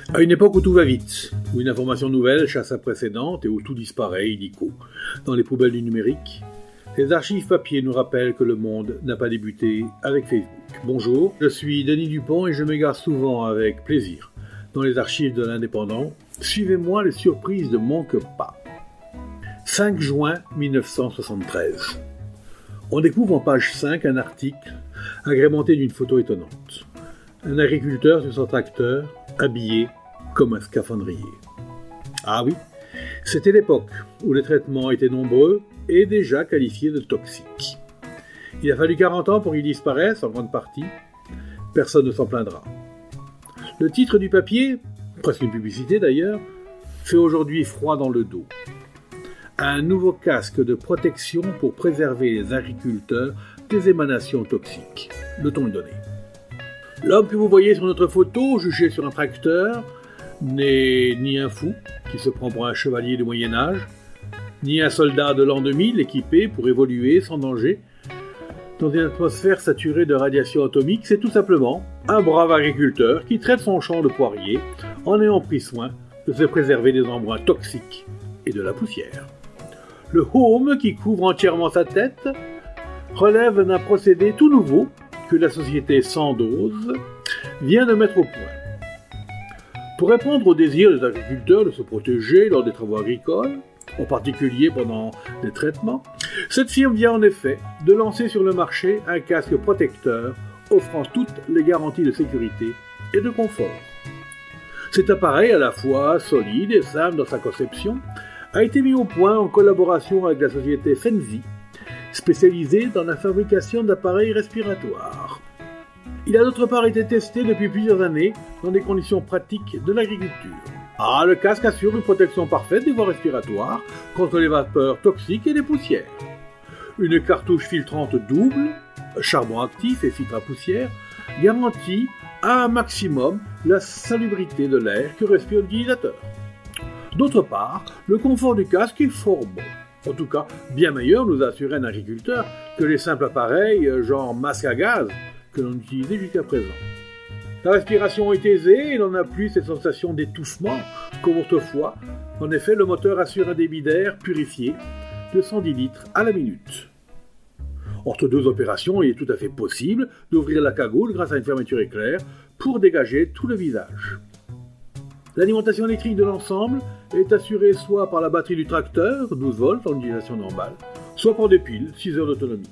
À une époque où tout va vite, où une information nouvelle chasse sa précédente et où tout disparaît illico dans les poubelles du numérique, les archives papier nous rappellent que le monde n'a pas débuté avec Facebook. Bonjour, je suis Denis Dupont et je m'égare souvent avec plaisir dans les archives de l'Indépendant. Suivez-moi, les surprises ne manquent pas. 5 juin 1973. On découvre en page 5 un article agrémenté d'une photo étonnante. Un agriculteur sur son tracteur, habillé comme un scaphandrier. Ah oui, c'était l'époque où les traitements étaient nombreux et déjà qualifiés de toxiques. Il a fallu 40 ans pour qu'ils disparaissent en grande partie. Personne ne s'en plaindra. Le titre du papier, presque une publicité d'ailleurs, fait aujourd'hui froid dans le dos. Un nouveau casque de protection pour préserver les agriculteurs des émanations toxiques. Le ton est donné. L'homme que vous voyez sur notre photo, juché sur un tracteur, n'est ni un fou qui se prend pour un chevalier du Moyen-Âge, ni un soldat de l'an 2000 équipé pour évoluer sans danger dans une atmosphère saturée de radiation atomique. C'est tout simplement un brave agriculteur qui traite son champ de poiriers en ayant pris soin de se préserver des embruns toxiques et de la poussière. Le home qui couvre entièrement sa tête relève d'un procédé tout nouveau que la société Sandoz vient de mettre au point. Pour répondre au désir des agriculteurs de se protéger lors des travaux agricoles, en particulier pendant les traitements, cette firme vient en effet de lancer sur le marché un casque protecteur offrant toutes les garanties de sécurité et de confort. Cet appareil, à la fois solide et simple dans sa conception, a été mis au point en collaboration avec la société Fenzi, spécialisée dans la fabrication d'appareils respiratoires. Il a d'autre part été testé depuis plusieurs années dans des conditions pratiques de l'agriculture. Le casque assure une protection parfaite des voies respiratoires contre les vapeurs toxiques et les poussières. Une cartouche filtrante double, charbon actif et filtre à poussière, garantit à un maximum la salubrité de l'air que respire l'utilisateur. D'autre part, le confort du casque est fort bon. En tout cas, bien meilleur, nous a assuré un agriculteur, que les simples appareils genre masque à gaz que l'on utilisait jusqu'à présent. La respiration est aisée et l'on n'a plus cette sensation d'étouffement comme autrefois. En effet, le moteur assure un débit d'air purifié de 110 litres à la minute. Entre deux opérations, il est tout à fait possible d'ouvrir la cagoule grâce à une fermeture éclair pour dégager tout le visage. L'alimentation électrique de l'ensemble est assurée soit par la batterie du tracteur, 12 volts en utilisation normale, soit par des piles, 6 heures d'autonomie.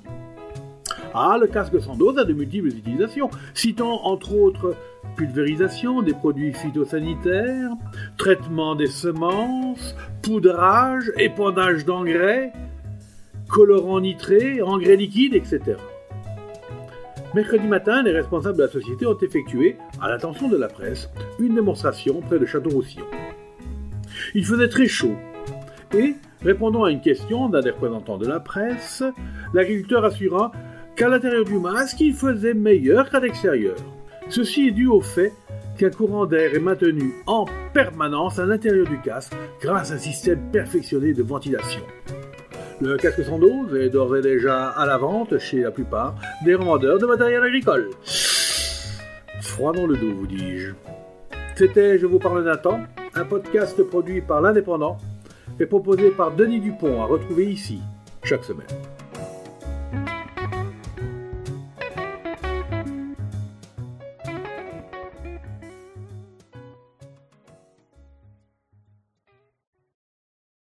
Le casque Sandoz a de multiples utilisations, citant entre autres pulvérisation des produits phytosanitaires, traitement des semences, poudrage, épandage d'engrais, colorants nitrés, engrais liquides, etc. Mercredi matin, les responsables de la société ont effectué, à l'attention de la presse, une démonstration près de Château-Roussillon. Il faisait très chaud et, répondant à une question d'un des représentants de la presse, l'agriculteur assura qu'à l'intérieur du masque, il faisait meilleur qu'à l'extérieur. Ceci est dû au fait qu'un courant d'air est maintenu en permanence à l'intérieur du casque grâce à un système perfectionné de ventilation. Le casque Sandoz est d'ores et déjà à la vente chez la plupart des revendeurs de matériel agricole. Froid dans le dos, vous dis-je. C'était Je vous parle d'un temps, un podcast produit par l'Indépendant et proposé par Denis Dupont, à retrouver ici chaque semaine.